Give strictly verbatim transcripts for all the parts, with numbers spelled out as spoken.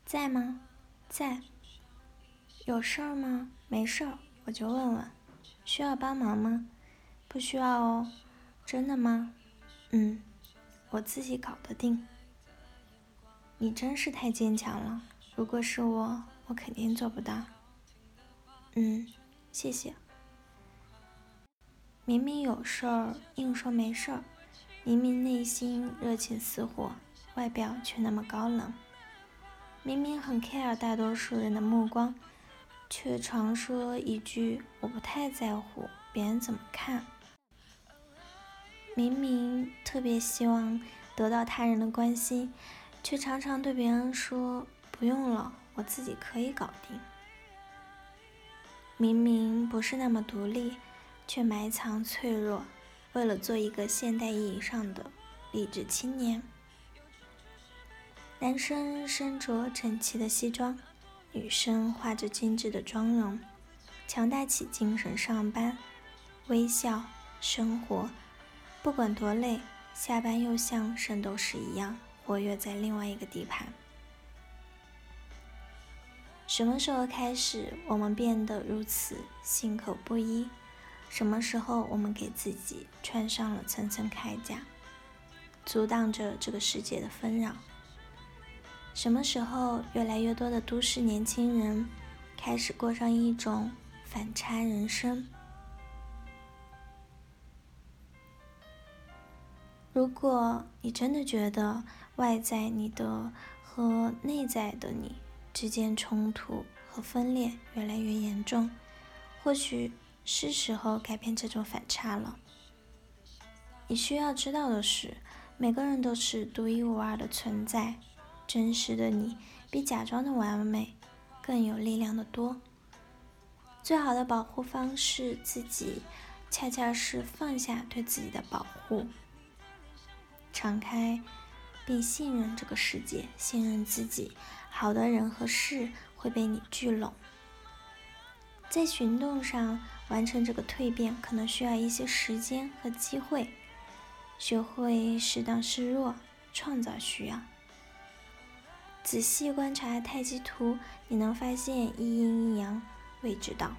在吗？在。有事儿吗？没事儿，我就问问。需要帮忙吗？不需要哦。真的吗？嗯，我自己搞得定。你真是太坚强了，如果是我，我肯定做不到。嗯，谢谢。明明有事儿，硬说没事儿；明明内心热情似火，外表却那么高冷。明明很 care 大多数人的目光，却常说一句我不太在乎别人怎么看。明明特别希望得到他人的关心，却常常对别人说不用了，我自己可以搞定。明明不是那么独立，却埋藏脆弱，为了做一个现代意义上的励志青年。男生身着整齐的西装，女生画着精致的妆容，强大起精神上班，微笑生活，不管多累，下班又像圣斗士一样活跃在另外一个地盘。什么时候开始我们变得如此信口不一？什么时候我们给自己穿上了层层铠甲，阻挡着这个世界的纷扰？什么时候越来越多的都市年轻人开始过上一种反差人生？如果你真的觉得外在你的和内在的你之间冲突和分裂越来越严重，或许是时候改变这种反差了。你需要知道的是，每个人都是独一无二的存在，真实的你比假装的完美更有力量的多。最好的保护方式自己，恰恰是放下对自己的保护，敞开并信任这个世界，信任自己，好的人和事会被你聚拢。在行动上完成这个蜕变，可能需要一些时间和机会，学会适当示弱，创造需要。仔细观察太极图，你能发现一阴一阳，谓之道。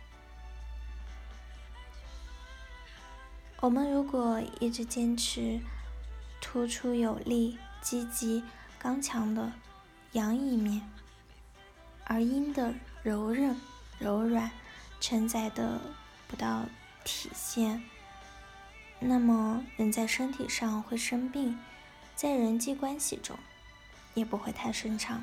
我们如果一直坚持突出有力、积极、刚强的阳一面，而阴的柔韧、柔软、承载的不到体现，那么人在身体上会生病，在人际关系中也不会太顺畅。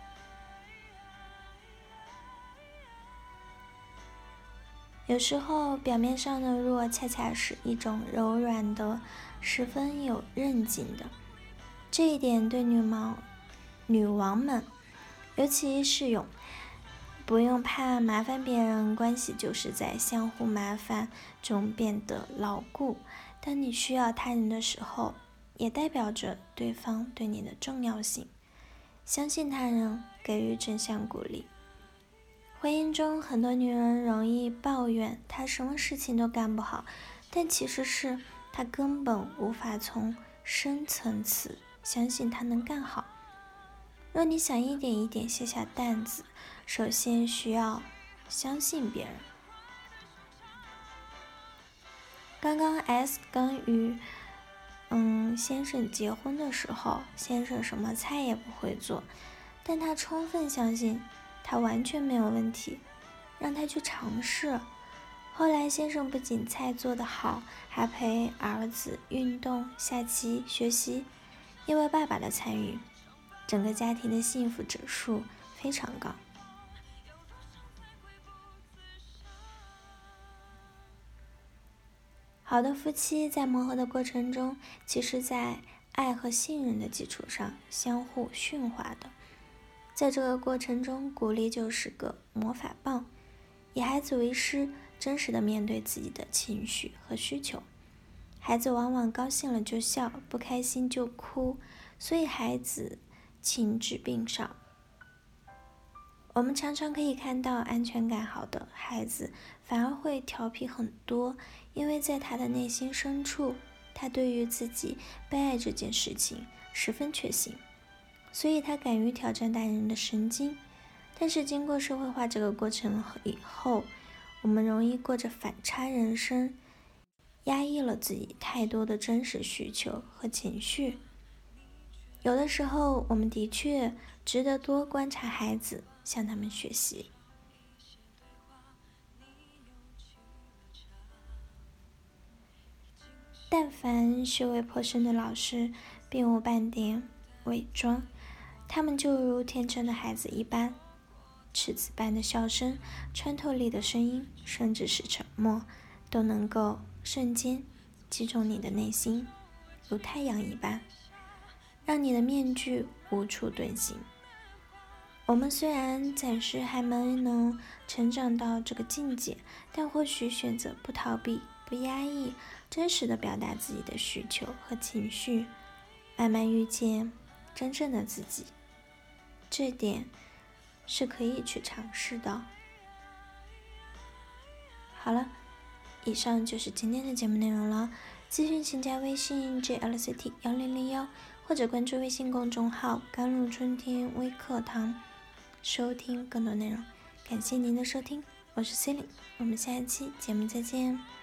有时候表面上的弱恰恰是一种柔软的，十分有韧劲的，这一点对女王女王们尤其适用。不用怕麻烦别人，关系就是在相互麻烦中变得牢固。当你需要他人的时候，也代表着对方对你的重要性。相信他人，给予正向鼓励。婚姻中很多女人容易抱怨她什么事情都干不好，但其实是她根本无法从深层次相信她能干好。若你想一点一点卸下担子，首先需要相信别人。刚刚 S 刚与嗯先生结婚的时候，先生什么菜也不会做，但他充分相信他完全没有问题，让他去尝试。后来先生不仅菜做得好，还陪儿子运动、下棋、学习。因为爸爸的参与，整个家庭的幸福指数非常高。好的夫妻在磨合的过程中，其实在爱和信任的基础上相互驯化的。在这个过程中，鼓励就是个魔法棒，以孩子为师，真实的面对自己的情绪和需求。孩子往往高兴了就笑，不开心就哭，所以孩子情志病少。我们常常可以看到安全感好的孩子反而会调皮很多，因为在他的内心深处，他对于自己被爱这件事情十分确信。 所以他敢于挑战大人的神经。但是经过社会化这个过程以后，我们容易过着反差人生，压抑了自己太多的真实需求和情绪。有的时候，我们的确值得多观察孩子，向他们学习。但凡修为颇深的老师，并无半点伪装，他们就如天真的孩子一般，赤子般的笑声，穿透力的声音，甚至是沉默，都能够瞬间击中你的内心，如太阳一般，让你的面具无处遁形。我们虽然暂时还没能成长到这个境界，但或许选择不逃避、不压抑，真实的表达自己的需求和情绪，慢慢遇见真正的自己，这点是可以去尝试的。好了，以上就是今天的节目内容了。咨询请加微信 J L C T 一零零一，或者关注微信公众号甘露春天微课堂，收听更多内容。感谢您的收听，我是 Celine， 我们下一期节目再见。